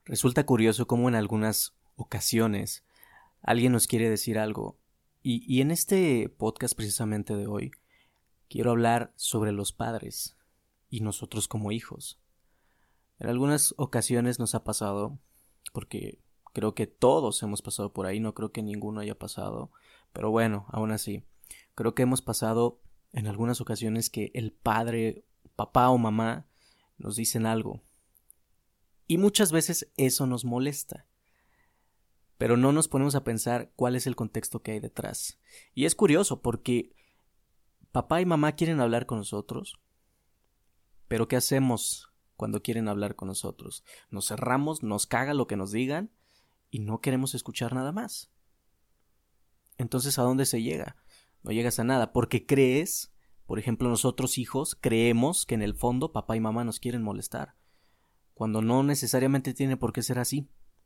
Resulta curioso cómo en algunas ocasiones alguien nos quiere decir algo. Y en este podcast precisamente de hoy quiero hablar sobre los padres y nosotros como hijos. En algunas ocasiones nos ha pasado, porque creo que todos hemos pasado por ahí, no creo que ninguno haya pasado, pero bueno, aún así, creo que hemos pasado en algunas ocasiones que el padre, papá o mamá nos dicen algo. Y muchas veces eso nos molesta, pero no nos ponemos a pensar cuál es el contexto que hay detrás. Y es curioso porque papá y mamá quieren hablar con nosotros, pero ¿qué hacemos cuando quieren hablar con nosotros? Nos cerramos, nos caga lo que nos digan y no queremos escuchar nada más. Entonces, ¿a dónde se llega? No llegas a nada porque crees, por ejemplo, nosotros hijos creemos que en el fondo papá y mamá nos quieren molestar, cuando no necesariamente tiene por qué ser así.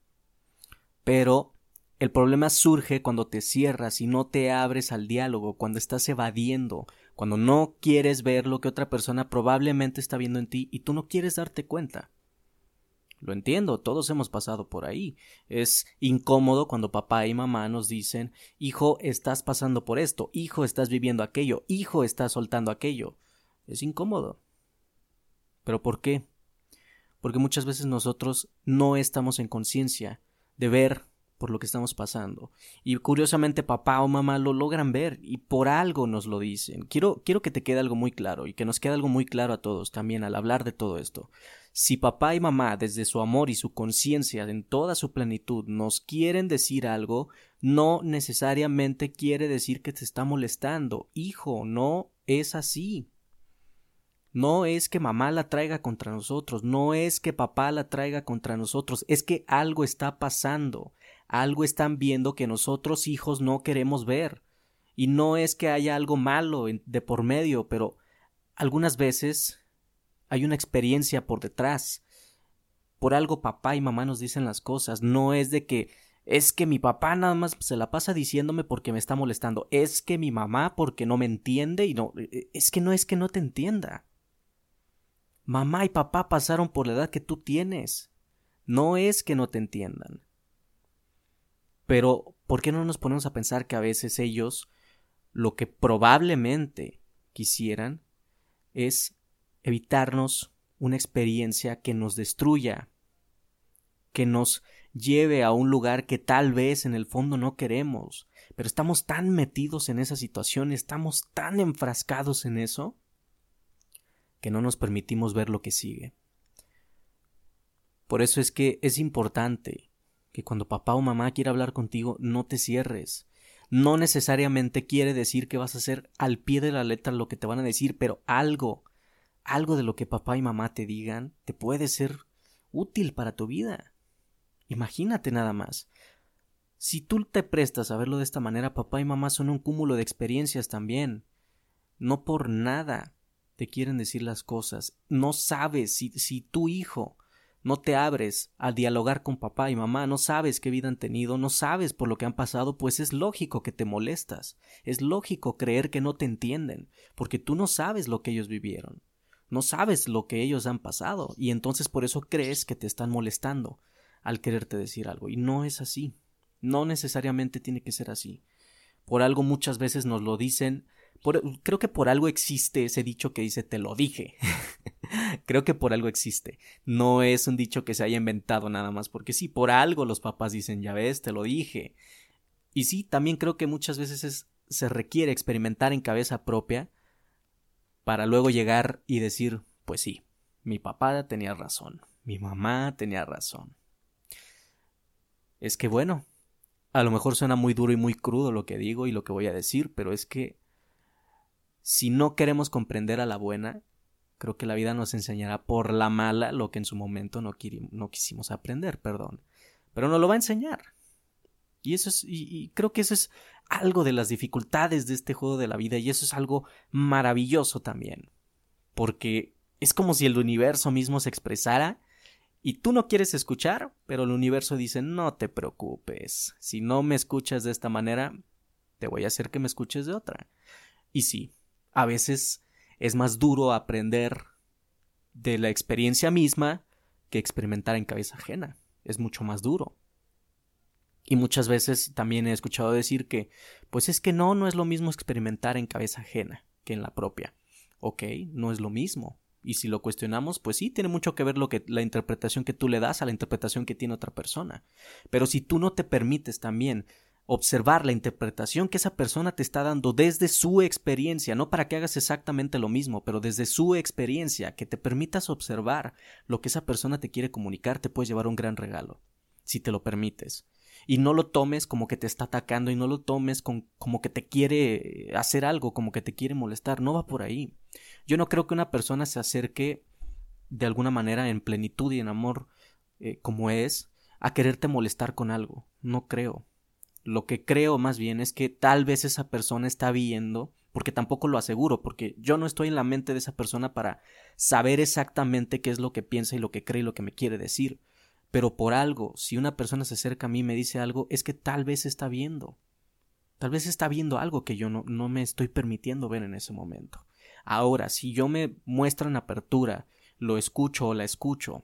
Pero el problema surge cuando te cierras y no te abres al diálogo, cuando estás evadiendo, cuando no quieres ver lo que otra persona probablemente está viendo en ti y tú no quieres darte cuenta. Lo entiendo, todos hemos pasado por ahí. Es incómodo cuando papá y mamá nos dicen: hijo, estás pasando por esto, hijo, estás viviendo aquello, hijo, estás soltando aquello. Es incómodo. ¿Pero por qué? Porque muchas veces nosotros no estamos en conciencia de ver por lo que estamos pasando. Y curiosamente papá o mamá lo logran ver y por algo nos lo dicen. Quiero que te quede algo muy claro y que nos quede algo muy claro a todos también al hablar de todo esto. Si papá y mamá desde su amor y su conciencia en toda su plenitud nos quieren decir algo, no necesariamente quiere decir que te está molestando. Hijo, no es así. No es que mamá la traiga contra nosotros, no es que papá la traiga contra nosotros, es que algo está pasando, algo están viendo que nosotros hijos no queremos ver. Y no es que haya algo malo de por medio, pero algunas veces hay una experiencia por detrás. Por algo papá y mamá nos dicen las cosas, no es de que es que mi papá nada más se la pasa diciéndome porque me está molestando, es que mi mamá porque no me entiende y no, es que no te entienda. Mamá y papá pasaron por la edad que tú tienes. No es que no te entiendan. Pero, ¿por qué no nos ponemos a pensar que a veces ellos lo que probablemente quisieran es evitarnos una experiencia que nos destruya, que nos lleve a un lugar que tal vez en el fondo no queremos, pero estamos tan metidos en esa situación, estamos tan enfrascados en eso, que no nos permitimos ver lo que sigue. Por eso es que es importante que cuando papá o mamá quiera hablar contigo, no te cierres. No necesariamente quiere decir que vas a hacer al pie de la letra lo que te van a decir, pero algo de lo que papá y mamá te digan te puede ser útil para tu vida. Imagínate nada más. Si tú te prestas a verlo de esta manera, papá y mamá son un cúmulo de experiencias también. No por nada te quieren decir las cosas. No sabes si tu hijo no te abres a dialogar con papá y mamá, no sabes qué vida han tenido, no sabes por lo que han pasado, pues es lógico que te molestas. Es lógico creer que no te entienden, porque tú no sabes lo que ellos vivieron. No sabes lo que ellos han pasado, y entonces por eso crees que te están molestando al quererte decir algo. Y no es así. No necesariamente tiene que ser así. Por algo muchas veces nos lo dicen. Creo que por algo existe ese dicho que dice te lo dije. Creo que por algo existe. No es un dicho que se haya inventado nada más porque sí, por algo los papás dicen ya ves, te lo dije. Y sí, también creo que muchas veces se requiere experimentar en cabeza propia para luego llegar y decir pues sí, mi papá tenía razón, mi mamá tenía razón. Es que bueno, a lo mejor suena muy duro y muy crudo lo que digo y lo que voy a decir, pero es que si no queremos comprender a la buena, creo que la vida nos enseñará por la mala lo que en su momento no quisimos aprender, perdón. Pero nos lo va a enseñar. Y eso es, y creo que eso es algo de las dificultades de este juego de la vida, y eso es algo maravilloso también. Porque es como si el universo mismo se expresara y tú no quieres escuchar, pero el universo dice no te preocupes. Si no me escuchas de esta manera, te voy a hacer que me escuches de otra. Y sí, a veces es más duro aprender de la experiencia misma que experimentar en cabeza ajena. es mucho más duro. Y muchas veces también he escuchado decir que, pues es que no es lo mismo experimentar en cabeza ajena que en la propia. Ok, no es lo mismo. Y si lo cuestionamos, pues sí, tiene mucho que ver la interpretación que tú le das a la interpretación que tiene otra persona. Pero si tú no te permites también observar la interpretación que esa persona te está dando desde su experiencia, no para que hagas exactamente lo mismo, pero desde su experiencia, que te permitas observar lo que esa persona te quiere comunicar, te puedes llevar un gran regalo, si te lo permites. Y no lo tomes como que te está atacando y no lo tomes como que te quiere hacer algo, como que te quiere molestar. No va por ahí. Yo no creo que una persona se acerque de alguna manera en plenitud y en amor como es a quererte molestar con algo. No creo. Lo que creo más bien es que tal vez esa persona está viendo, porque tampoco lo aseguro, porque yo no estoy en la mente de esa persona para saber exactamente qué es lo que piensa y lo que cree y lo que me quiere decir. Pero por algo, si una persona se acerca a mí y me dice algo, es que tal vez está viendo. Tal vez está viendo algo que yo no me estoy permitiendo ver en ese momento. Ahora, si yo me muestro en apertura, lo escucho o la escucho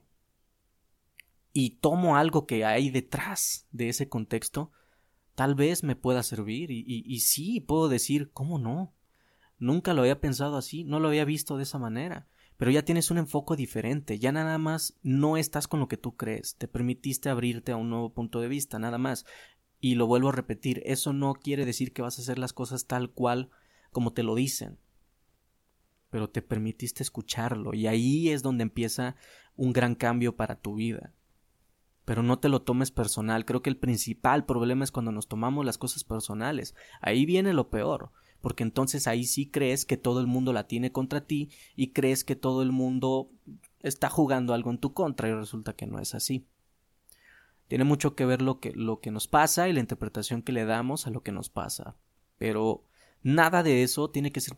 y tomo algo que hay detrás de ese contexto, tal vez me pueda servir y sí, puedo decir, ¿cómo no? Nunca lo había pensado así, no lo había visto de esa manera. Pero ya tienes un enfoque diferente, ya nada más no estás con lo que tú crees, te permitiste abrirte a un nuevo punto de vista, nada más. Y lo vuelvo a repetir, eso no quiere decir que vas a hacer las cosas tal cual como te lo dicen, pero te permitiste escucharlo y ahí es donde empieza un gran cambio para tu vida. Pero no te lo tomes personal, creo que el principal problema es cuando nos tomamos las cosas personales, ahí viene lo peor, porque entonces ahí sí crees que todo el mundo la tiene contra ti y crees que todo el mundo está jugando algo en tu contra y resulta que no es así. Tiene mucho que ver lo que nos pasa y la interpretación que le damos a lo que nos pasa, pero nada de eso tiene que ser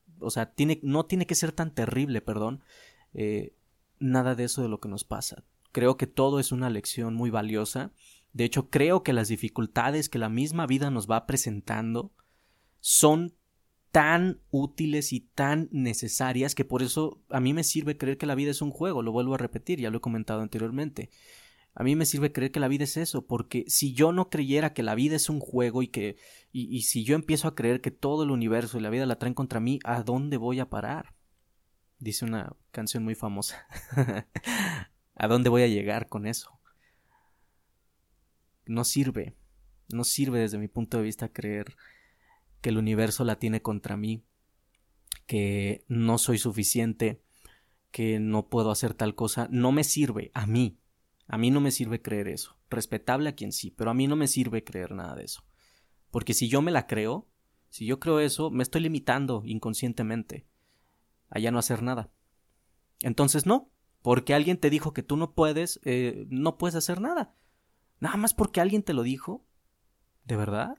no tiene que ser tan terrible, nada de eso de lo que nos pasa. Creo que todo es una lección muy valiosa. De hecho, creo que las dificultades que la misma vida nos va presentando son tan útiles y tan necesarias que por eso a mí me sirve creer que la vida es un juego. Lo vuelvo a repetir, ya lo he comentado anteriormente. A mí me sirve creer que la vida es eso, porque si yo no creyera que la vida es un juego y si yo empiezo a creer que todo el universo y la vida la traen contra mí, ¿a dónde voy a parar? Dice una canción muy famosa. ¿A dónde voy a llegar con eso? No sirve desde mi punto de vista creer que el universo la tiene contra mí, que no soy suficiente, que no puedo hacer tal cosa. No me sirve a mí no me sirve creer eso. Respetable a quien sí, pero a mí no me sirve creer nada de eso, porque si yo me la creo, si yo creo eso, me estoy limitando inconscientemente a ya no hacer nada. Entonces no, porque alguien te dijo que tú no puedes hacer nada. Nada más porque alguien te lo dijo. ¿De verdad?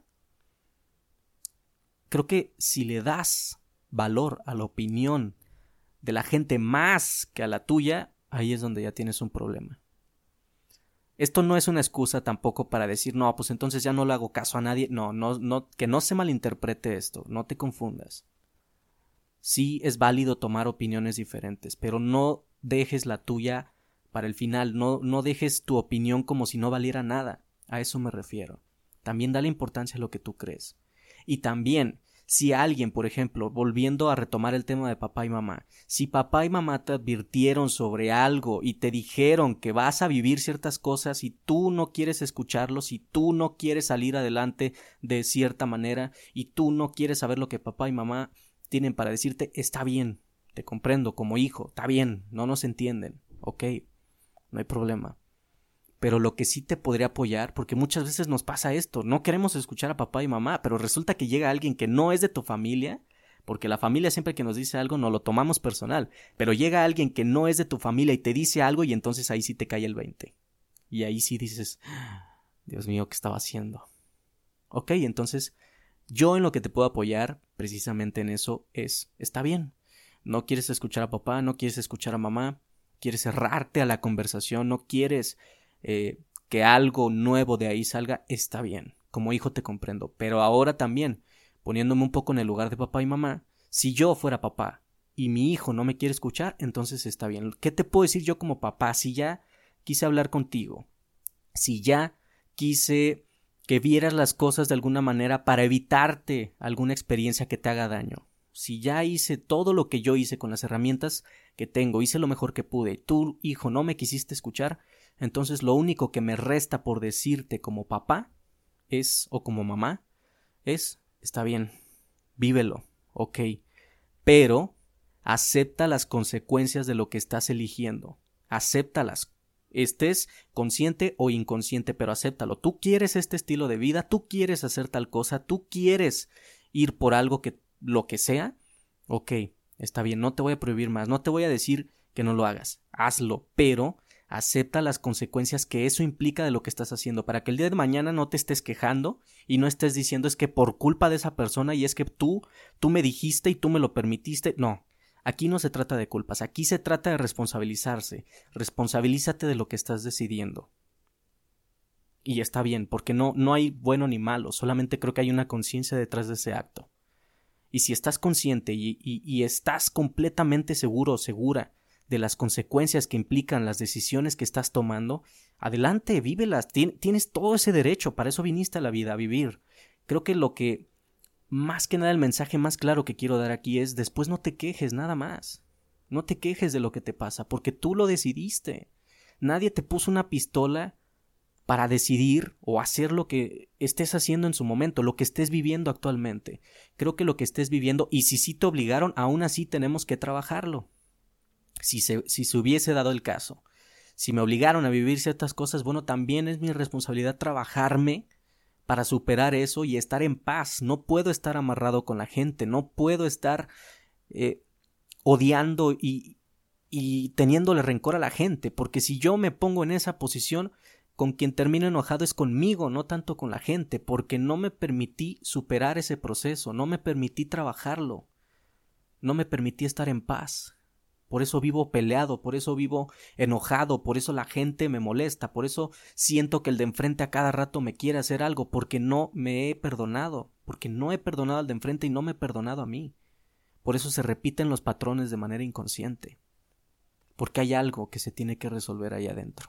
Creo que si le das valor a la opinión de la gente más que a la tuya, ahí es donde ya tienes un problema. Esto no es una excusa tampoco para decir, no, pues entonces ya no le hago caso a nadie. No, que no se malinterprete esto, no te confundas. Sí es válido tomar opiniones diferentes, pero no dejes la tuya para el final, no dejes tu opinión como si no valiera nada. A eso me refiero. También dale importancia a lo que tú crees. Y también, si alguien, por ejemplo, volviendo a retomar el tema de papá y mamá, si papá y mamá te advirtieron sobre algo y te dijeron que vas a vivir ciertas cosas y tú no quieres escucharlos y tú no quieres salir adelante de cierta manera y tú no quieres saber lo que papá y mamá tienen para decirte, está bien, te comprendo como hijo, está bien, no nos entienden, ok, no hay problema. Pero lo que sí te podría apoyar, porque muchas veces nos pasa esto, no queremos escuchar a papá y mamá, pero resulta que llega alguien que no es de tu familia, porque la familia siempre que nos dice algo no lo tomamos personal, pero llega alguien que no es de tu familia y te dice algo y entonces ahí sí te cae el 20. Y ahí sí dices, Dios mío, ¿qué estaba haciendo? Ok, entonces yo en lo que te puedo apoyar, precisamente en eso, está bien. No quieres escuchar a papá, no quieres escuchar a mamá, quieres cerrarte a la conversación, no quieres que algo nuevo de ahí salga, está bien. Como hijo te comprendo. Pero ahora también, poniéndome un poco en el lugar de papá y mamá, si yo fuera papá y mi hijo no me quiere escuchar, entonces está bien. ¿Qué te puedo decir yo como papá? Si ya quise hablar contigo, si ya quise que vieras las cosas de alguna manera para evitarte alguna experiencia que te haga daño, si ya hice todo lo que yo hice con las herramientas que tengo, hice lo mejor que pude, tú, hijo, no me quisiste escuchar, entonces lo único que me resta por decirte como papá es, o como mamá, es, está bien, vívelo, ok, pero acepta las consecuencias de lo que estás eligiendo, acéptalas, estés consciente o inconsciente, pero acéptalo. Tú quieres este estilo de vida, tú quieres hacer tal cosa, tú quieres ir por algo que lo que sea, ok, está bien, no te voy a prohibir más, no te voy a decir que no lo hagas, hazlo, pero acepta las consecuencias que eso implica de lo que estás haciendo, para que el día de mañana no te estés quejando y no estés diciendo es que por culpa de esa persona y es que tú me dijiste y tú me lo permitiste. No, aquí no se trata de culpas, aquí se trata de responsabilizarse. Responsabilízate de lo que estás decidiendo. Y está bien, porque no hay bueno ni malo, solamente creo que hay una conciencia detrás de ese acto. Y si estás consciente y estás completamente seguro o segura de las consecuencias que implican las decisiones que estás tomando, adelante, vívelas, tienes todo ese derecho, para eso viniste a la vida, a vivir. Creo que lo que, más que nada, el mensaje más claro que quiero dar aquí es, después no te quejes, nada más. No te quejes de lo que te pasa, porque tú lo decidiste. Nadie te puso una pistola para decidir o hacer lo que estés haciendo en su momento, lo que estés viviendo actualmente. Creo que lo que estés viviendo, y si sí te obligaron, aún así tenemos que trabajarlo. Si se hubiese dado el caso. Si me obligaron a vivir ciertas cosas, bueno, también es mi responsabilidad trabajarme para superar eso y estar en paz. No puedo estar amarrado con la gente, no puedo estar odiando y teniéndole rencor a la gente, porque si yo me pongo en esa posición, con quien termino enojado es conmigo, no tanto con la gente, porque no me permití superar ese proceso, no me permití trabajarlo, no me permití estar en paz. Por eso vivo peleado, por eso vivo enojado, por eso la gente me molesta, por eso siento que el de enfrente a cada rato me quiere hacer algo, porque no me he perdonado, porque no he perdonado al de enfrente y no me he perdonado a mí. Por eso se repiten los patrones de manera inconsciente, porque hay algo que se tiene que resolver ahí adentro.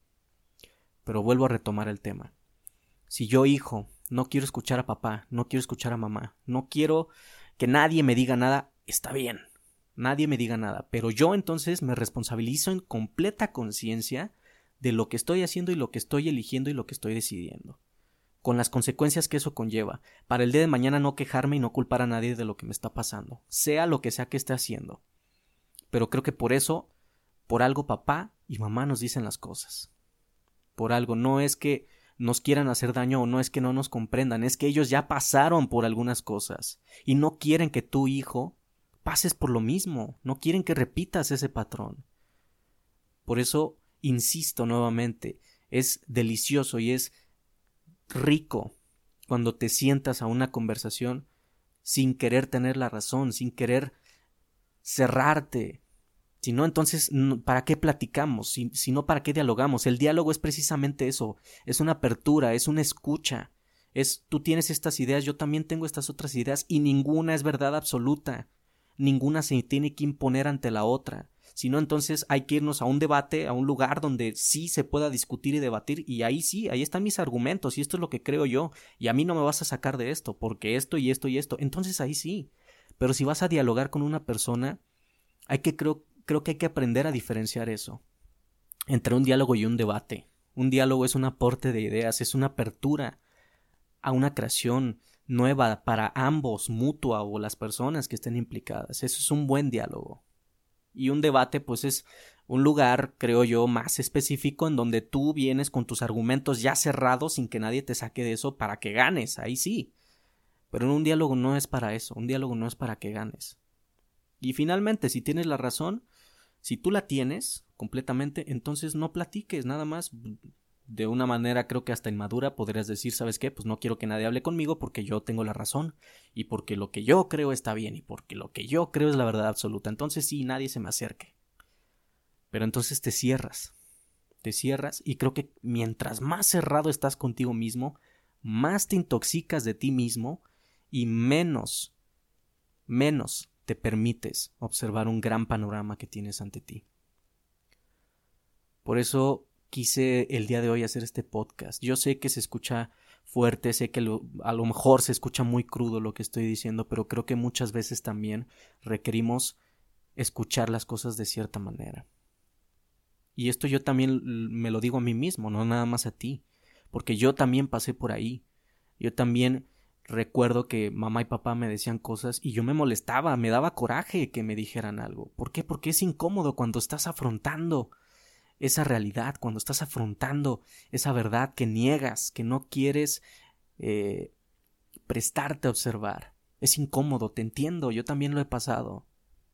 Pero vuelvo a retomar el tema. Si yo, hijo, no quiero escuchar a papá, no quiero escuchar a mamá, no quiero que nadie me diga nada, está bien. Nadie me diga nada, pero yo entonces me responsabilizo en completa conciencia de lo que estoy haciendo y lo que estoy eligiendo y lo que estoy decidiendo, con las consecuencias que eso conlleva, para el día de mañana no quejarme y no culpar a nadie de lo que me está pasando, sea lo que sea que esté haciendo. Pero creo que por eso, por algo papá y mamá nos dicen las cosas. Por algo, no es que nos quieran hacer daño o no es que no nos comprendan, es que ellos ya pasaron por algunas cosas y no quieren que tu hijo pases por lo mismo, no quieren que repitas ese patrón. Por eso, insisto nuevamente, es delicioso y es rico cuando te sientas a una conversación sin querer tener la razón, sin querer cerrarte. Si no, entonces, ¿para qué platicamos? Si no, ¿para qué dialogamos? El diálogo es precisamente eso, es una apertura, es una escucha. Tú tienes estas ideas, yo también tengo estas otras ideas y ninguna es verdad absoluta. Ninguna se tiene que imponer ante la otra. Si no, entonces hay que irnos a un debate, a un lugar donde sí se pueda discutir y debatir, y ahí sí, ahí están mis argumentos y esto es lo que creo yo, y a mí no me vas a sacar de esto, porque esto y esto y esto, entonces ahí sí. Pero si vas a dialogar con una persona, creo que hay que aprender a diferenciar eso entre un diálogo y un debate. Un diálogo es un aporte de ideas, es una apertura a una creación nueva para ambos, mutua o las personas que estén implicadas. Eso es un buen diálogo. Y un debate, pues, es un lugar, creo yo, más específico en donde tú vienes con tus argumentos ya cerrados sin que nadie te saque de eso para que ganes, ahí sí. Pero en un diálogo no es para eso, un diálogo no es para que ganes. Y finalmente, si tienes la razón, si tú la tienes completamente, entonces no platiques, nada más. De una manera creo que hasta inmadura podrías decir, ¿sabes qué? Pues no quiero que nadie hable conmigo porque yo tengo la razón y porque lo que yo creo está bien y porque lo que yo creo es la verdad absoluta. Entonces sí, nadie se me acerque. Pero entonces te cierras y creo que mientras más cerrado estás contigo mismo, más te intoxicas de ti mismo y menos te permites observar un gran panorama que tienes ante ti. Por eso quise el día de hoy hacer este podcast. Yo sé que se escucha fuerte, sé que a lo mejor se escucha muy crudo lo que estoy diciendo, pero creo que muchas veces también requerimos escuchar las cosas de cierta manera. Y esto yo también me lo digo a mí mismo, no nada más a ti, porque yo también pasé por ahí. Yo también recuerdo que mamá y papá me decían cosas y yo me molestaba, me daba coraje que me dijeran algo. ¿Por qué? Porque es incómodo cuando estás afrontando esa realidad, cuando estás afrontando esa verdad que niegas, que no quieres prestarte a observar. Es incómodo, te entiendo, yo también lo he pasado.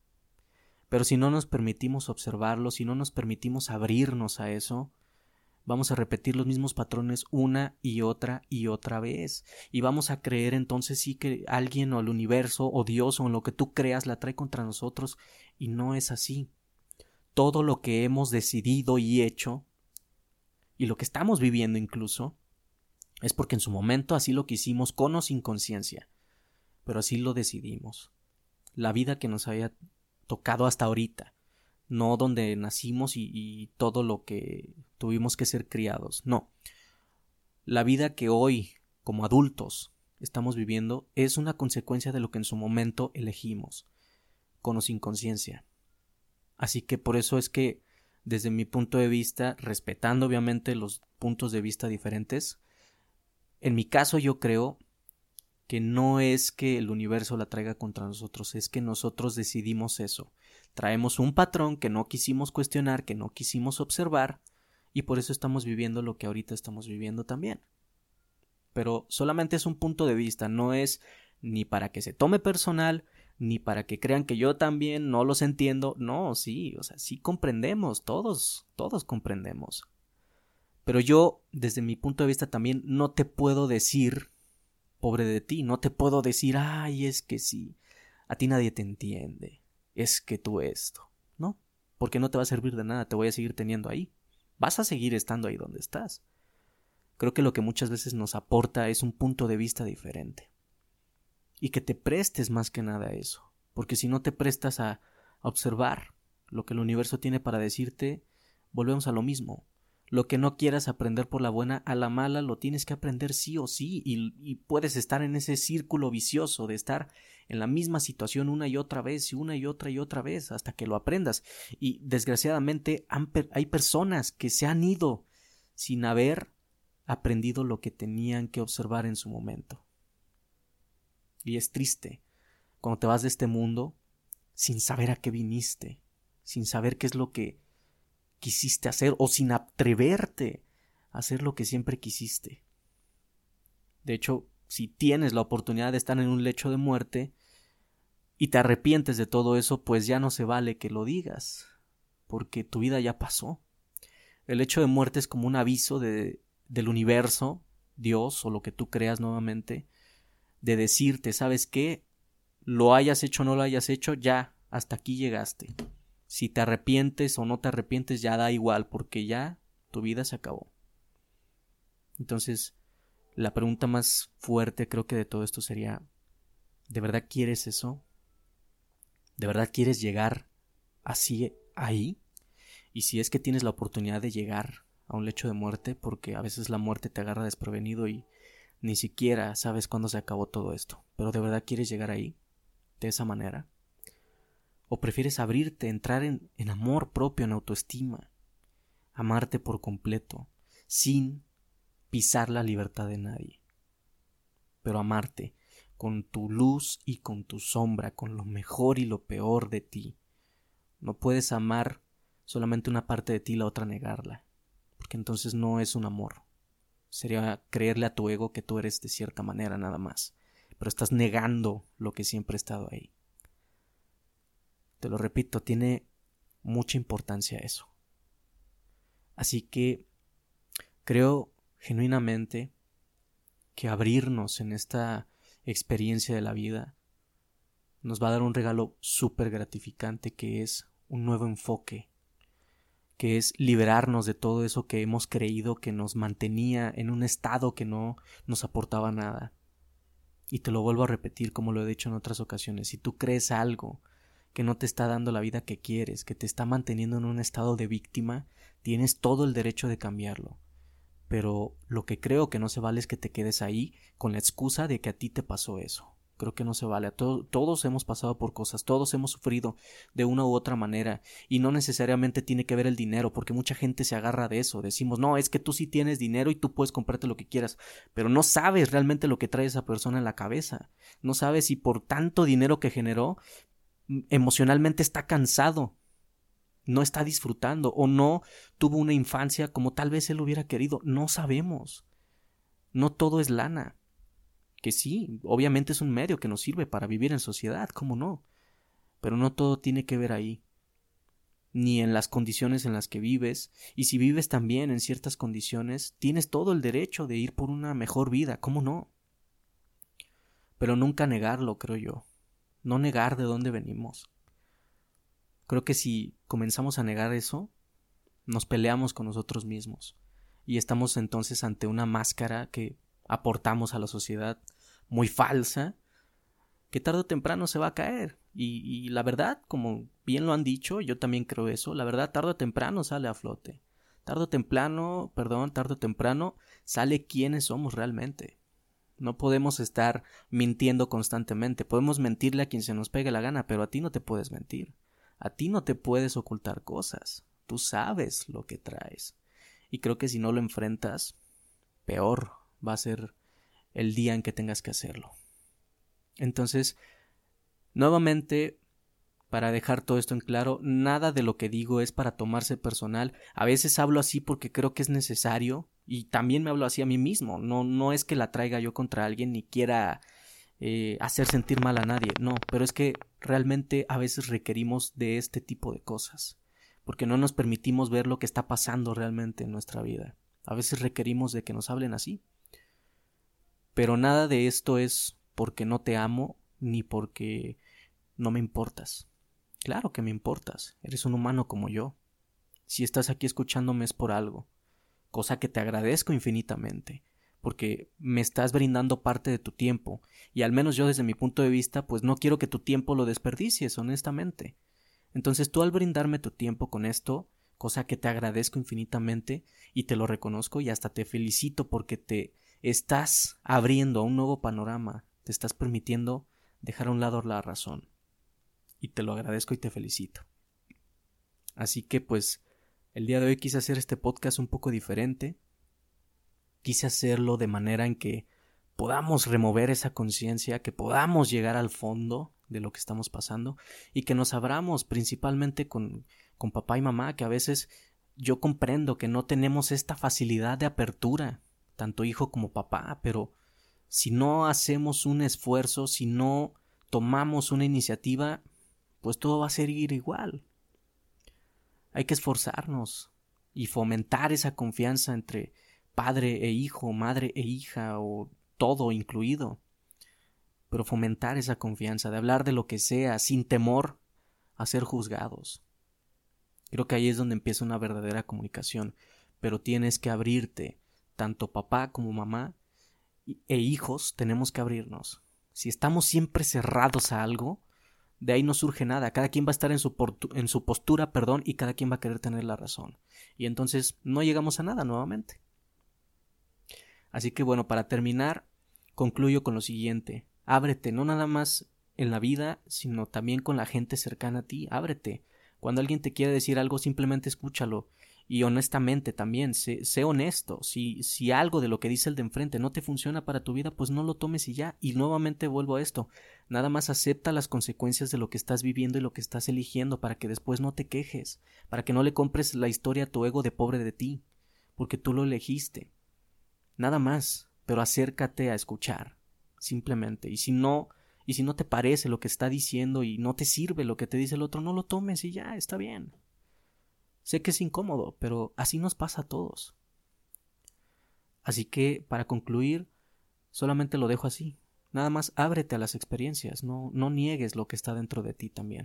Pero si no nos permitimos observarlo, si no nos permitimos abrirnos a eso, vamos a repetir los mismos patrones una y otra vez. Y vamos a creer entonces sí que alguien o el universo o Dios o en lo que tú creas la trae contra nosotros. Y no es así. Todo lo que hemos decidido y hecho, y lo que estamos viviendo incluso, es porque en su momento así lo quisimos con o sin conciencia. Pero así lo decidimos. La vida que nos haya tocado hasta ahorita, no donde nacimos y todo lo que tuvimos que ser criados, no. La vida que hoy, como adultos, estamos viviendo es una consecuencia de lo que en su momento elegimos, con o sin conciencia. Así que por eso es que, desde mi punto de vista, respetando obviamente los puntos de vista diferentes, en mi caso yo creo que no es que el universo la traiga contra nosotros, es que nosotros decidimos eso. Traemos un patrón que no quisimos cuestionar, que no quisimos observar, y por eso estamos viviendo lo que ahorita estamos viviendo también. Pero solamente es un punto de vista, no es ni para que se tome personal, ni para que crean que yo también no los entiendo. No, sí, o sea, sí comprendemos, todos comprendemos. Pero yo, desde mi punto de vista también, no te puedo decir pobre de ti, no te puedo decir, ay, es que sí, a ti nadie te entiende, es que tú esto, ¿no? Porque no te va a servir de nada, te voy a seguir teniendo ahí, vas a seguir estando ahí donde estás. Creo que lo que muchas veces nos aporta es un punto de vista diferente. Y que te prestes más que nada a eso, porque si no te prestas a observar lo que el universo tiene para decirte, volvemos a lo mismo. Lo que no quieras aprender por la buena, a la mala lo tienes que aprender sí o sí, y puedes estar en ese círculo vicioso de estar en la misma situación una y otra vez y una y otra vez hasta que lo aprendas. Y desgraciadamente hay personas que se han ido sin haber aprendido lo que tenían que observar en su momento. Y es triste cuando te vas de este mundo sin saber a qué viniste, sin saber qué es lo que quisiste hacer o sin atreverte a hacer lo que siempre quisiste. De hecho, si tienes la oportunidad de estar en un lecho de muerte y te arrepientes de todo eso, pues ya no se vale que lo digas, porque tu vida ya pasó. El lecho de muerte es como un aviso del universo, Dios o lo que tú creas nuevamente, de decirte, ¿sabes qué? Lo hayas hecho o no lo hayas hecho, ya, hasta aquí llegaste. Si te arrepientes o no te arrepientes, ya da igual, porque ya tu vida se acabó. Entonces, la pregunta más fuerte creo que de todo esto sería, ¿de verdad quieres eso? ¿De verdad quieres llegar así ahí? Y si es que tienes la oportunidad de llegar a un lecho de muerte, porque a veces la muerte te agarra desprevenido y ni siquiera sabes cuándo se acabó todo esto, pero ¿de verdad quieres llegar ahí? ¿De esa manera? ¿O prefieres abrirte, entrar en amor propio, en autoestima, amarte por completo, sin pisar la libertad de nadie, pero amarte con tu luz y con tu sombra, con lo mejor y lo peor de ti? No puedes amar solamente una parte de ti y la otra negarla, porque entonces no es un amor. Sería creerle a tu ego que tú eres de cierta manera nada más, pero estás negando lo que siempre ha estado ahí. Te lo repito, tiene mucha importancia eso. Así que creo genuinamente que abrirnos en esta experiencia de la vida nos va a dar un regalo súper gratificante, que es un nuevo enfoque, que es liberarnos de todo eso que hemos creído que nos mantenía en un estado que no nos aportaba nada. Y te lo vuelvo a repetir como lo he dicho en otras ocasiones, si tú crees algo que no te está dando la vida que quieres, que te está manteniendo en un estado de víctima, Tienes todo el derecho de cambiarlo. Pero lo que creo que no se vale es que te quedes ahí con la excusa de que a ti te pasó eso. Creo que no se vale. Todos hemos pasado por cosas, todos hemos sufrido de una u otra manera, y no necesariamente tiene que ver el dinero, porque mucha gente se agarra de eso. Decimos, no, es que tú sí tienes dinero y tú puedes comprarte lo que quieras, pero no sabes realmente lo que trae esa persona en la cabeza. No sabes si por tanto dinero que generó, emocionalmente está cansado, no está disfrutando o no tuvo una infancia como tal vez él hubiera querido. No sabemos. No todo es lana. Que sí, obviamente es un medio que nos sirve para vivir en sociedad, ¿cómo no? Pero no todo tiene que ver ahí, ni en las condiciones en las que vives, y si vives también en ciertas condiciones, tienes todo el derecho de ir por una mejor vida, ¿cómo no? Pero nunca negarlo, creo yo, no negar de dónde venimos. Creo que si comenzamos a negar eso, nos peleamos con nosotros mismos, y estamos entonces ante una máscara que aportamos a la sociedad muy falsa, que tarde o temprano se va a caer. Y la verdad, como bien lo han dicho, yo también creo eso, la verdad tarde o temprano sale a flote. Tarde o temprano sale quiénes somos realmente. No podemos estar mintiendo constantemente. Podemos mentirle a quien se nos pegue la gana, pero a ti no te puedes mentir. A ti no te puedes ocultar cosas. Tú sabes lo que traes. Y creo que si no lo enfrentas, peor va a ser el día en que tengas que hacerlo. Entonces, nuevamente, para dejar todo esto en claro, nada de lo que digo es para tomarse personal. A veces hablo así porque creo que es necesario, y también me hablo así a mí mismo. No es que la traiga yo contra alguien ni quiera hacer sentir mal a nadie, no, pero es que realmente a veces requerimos de este tipo de cosas, porque no nos permitimos ver lo que está pasando realmente en nuestra vida. A veces requerimos de que nos hablen así. Pero nada de esto es porque no te amo ni porque no me importas. Claro que me importas, eres un humano como yo. Si estás aquí escuchándome es por algo, cosa que te agradezco infinitamente, porque me estás brindando parte de tu tiempo, y al menos yo desde mi punto de vista, pues no quiero que tu tiempo lo desperdicies, honestamente. Entonces tú al brindarme tu tiempo con esto, cosa que te agradezco infinitamente y te lo reconozco y hasta te felicito porque te estás abriendo a un nuevo panorama, te estás permitiendo dejar a un lado la razón, y te lo agradezco y te felicito. Así que pues el día de hoy quise hacer este podcast un poco diferente, quise hacerlo de manera en que podamos remover esa conciencia, que podamos llegar al fondo de lo que estamos pasando y que nos abramos principalmente con papá y mamá, que a veces yo comprendo que no tenemos esta facilidad de apertura, tanto hijo como papá, pero si no hacemos un esfuerzo, si no tomamos una iniciativa, pues todo va a seguir igual. Hay que esforzarnos y fomentar esa confianza entre padre e hijo, madre e hija, o todo incluido. Pero fomentar esa confianza, de hablar de lo que sea, sin temor a ser juzgados. Creo que ahí es donde empieza una verdadera comunicación, pero tienes que abrirte, tanto papá como mamá e hijos tenemos que abrirnos. Si estamos siempre cerrados a algo, de ahí no surge nada, cada quien va a estar en su postura, y cada quien va a querer tener la razón. Y entonces no llegamos a nada nuevamente. Así que bueno, para terminar, concluyo con lo siguiente. Ábrete, no nada más en la vida, sino también con la gente cercana a ti. Ábrete. Cuando alguien te quiere decir algo, simplemente escúchalo. Y honestamente también, sé honesto. Si algo de lo que dice el de enfrente no te funciona para tu vida, pues no lo tomes y ya. Y nuevamente vuelvo a esto. Nada más acepta las consecuencias de lo que estás viviendo y lo que estás eligiendo para que después no te quejes. Para que no le compres la historia a tu ego de pobre de ti. Porque tú lo elegiste. Nada más. Pero acércate a escuchar. Simplemente. Y si no te parece lo que está diciendo y no te sirve lo que te dice el otro, no lo tomes y ya, está bien. Sé que es incómodo, pero así nos pasa a todos. Así que, para concluir, solamente lo dejo así. Nada más ábrete a las experiencias, no niegues lo que está dentro de ti también.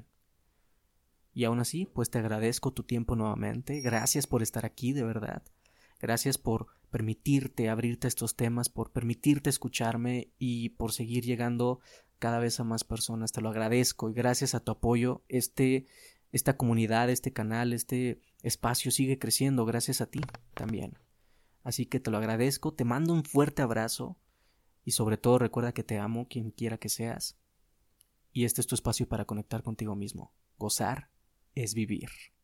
Y aún así, pues te agradezco tu tiempo nuevamente. Gracias por estar aquí, de verdad. Gracias por permitirte abrirte a estos temas, por permitirte escucharme y por seguir llegando cada vez a más personas. Te lo agradezco y gracias a tu apoyo este esta comunidad, este canal, este espacio sigue creciendo gracias a ti también. Así que te lo agradezco, te mando un fuerte abrazo y sobre todo recuerda que te amo quien quiera que seas. Y este es tu espacio para conectar contigo mismo. Gozar es vivir.